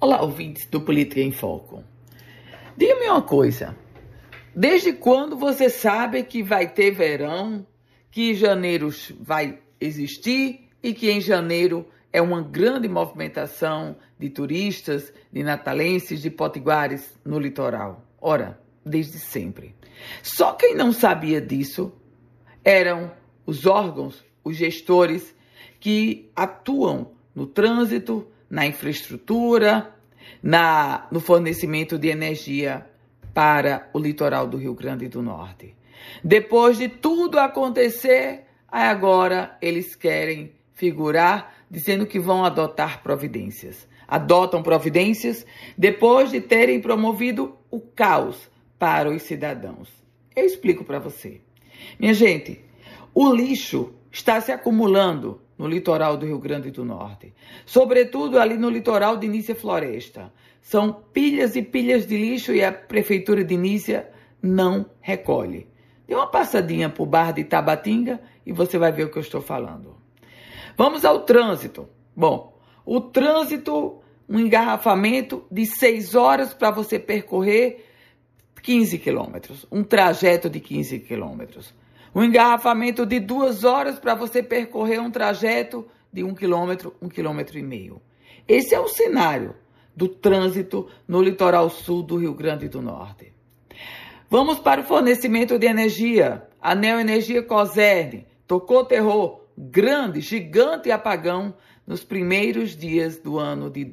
Olá, ouvintes do Política em Foco. Diga-me uma coisa. Desde quando você sabe que vai ter verão, que janeiro vai existir e que em janeiro é uma grande movimentação de turistas, de natalenses, de potiguares no litoral? Ora, desde sempre. Só quem não sabia disso eram os órgãos, os gestores que atuam no trânsito, na infraestrutura, no fornecimento de energia para o litoral do Rio Grande do Norte. Depois de tudo acontecer, agora eles querem figurar dizendo que vão adotar providências. Adotam providências depois de terem promovido o caos para os cidadãos. Eu explico para você. Minha gente, o lixo está se acumulando no litoral do Rio Grande do Norte, sobretudo ali no litoral de Nícia Floresta. São pilhas e pilhas de lixo e a prefeitura de Nícia não recolhe. Dê uma passadinha por Barra de Tabatinga e você vai ver o que eu estou falando. Vamos ao trânsito. Bom, o trânsito, um engarrafamento de 6 horas para você percorrer 15 quilômetros, um trajeto de 15 quilômetros. Um engarrafamento de 2 horas para você percorrer um trajeto de 1 quilômetro, 1,5 quilômetros. Esse é o cenário do trânsito no litoral sul do Rio Grande do Norte. Vamos para o fornecimento de energia. A Neoenergia Cosern tocou terror, grande, gigante apagão nos primeiros dias do ano de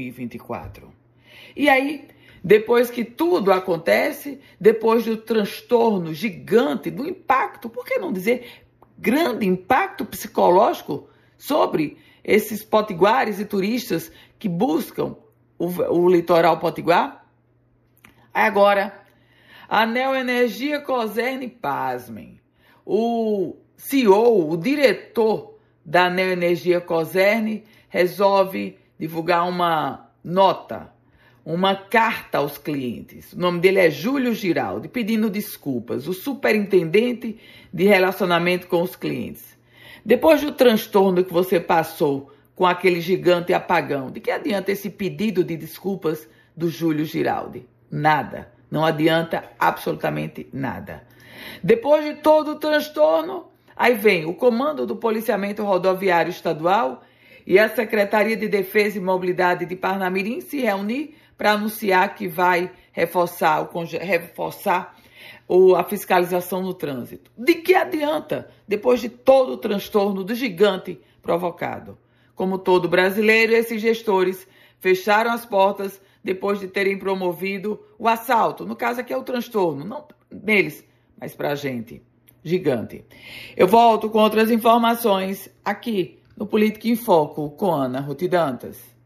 2024. E aí, depois que tudo acontece, depois do transtorno gigante, do impacto, por que não dizer grande impacto psicológico sobre esses potiguares e turistas que buscam o litoral potiguar? Agora, a Neoenergia Cosern, pasmem, o CEO, o diretor da Neoenergia Cosern, resolve divulgar uma nota, uma carta aos clientes. O nome dele é Júlio Giraldi, pedindo desculpas, o superintendente de relacionamento com os clientes. Depois do transtorno que você passou com aquele gigante apagão, de que adianta esse pedido de desculpas do Júlio Giraldi? Nada. Não adianta absolutamente nada. Depois de todo o transtorno, aí vem o Comando do Policiamento Rodoviário Estadual e a Secretaria de Defesa e Mobilidade de Parnamirim se reunir para anunciar que vai reforçar a fiscalização no trânsito. De que adianta, depois de todo o transtorno do gigante provocado? Como todo brasileiro, esses gestores fecharam as portas depois de terem promovido o assalto. No caso aqui é o transtorno, não neles, mas para a gente. Gigante. Eu volto com outras informações aqui no Política em Foco com Ana Ruth Dantas.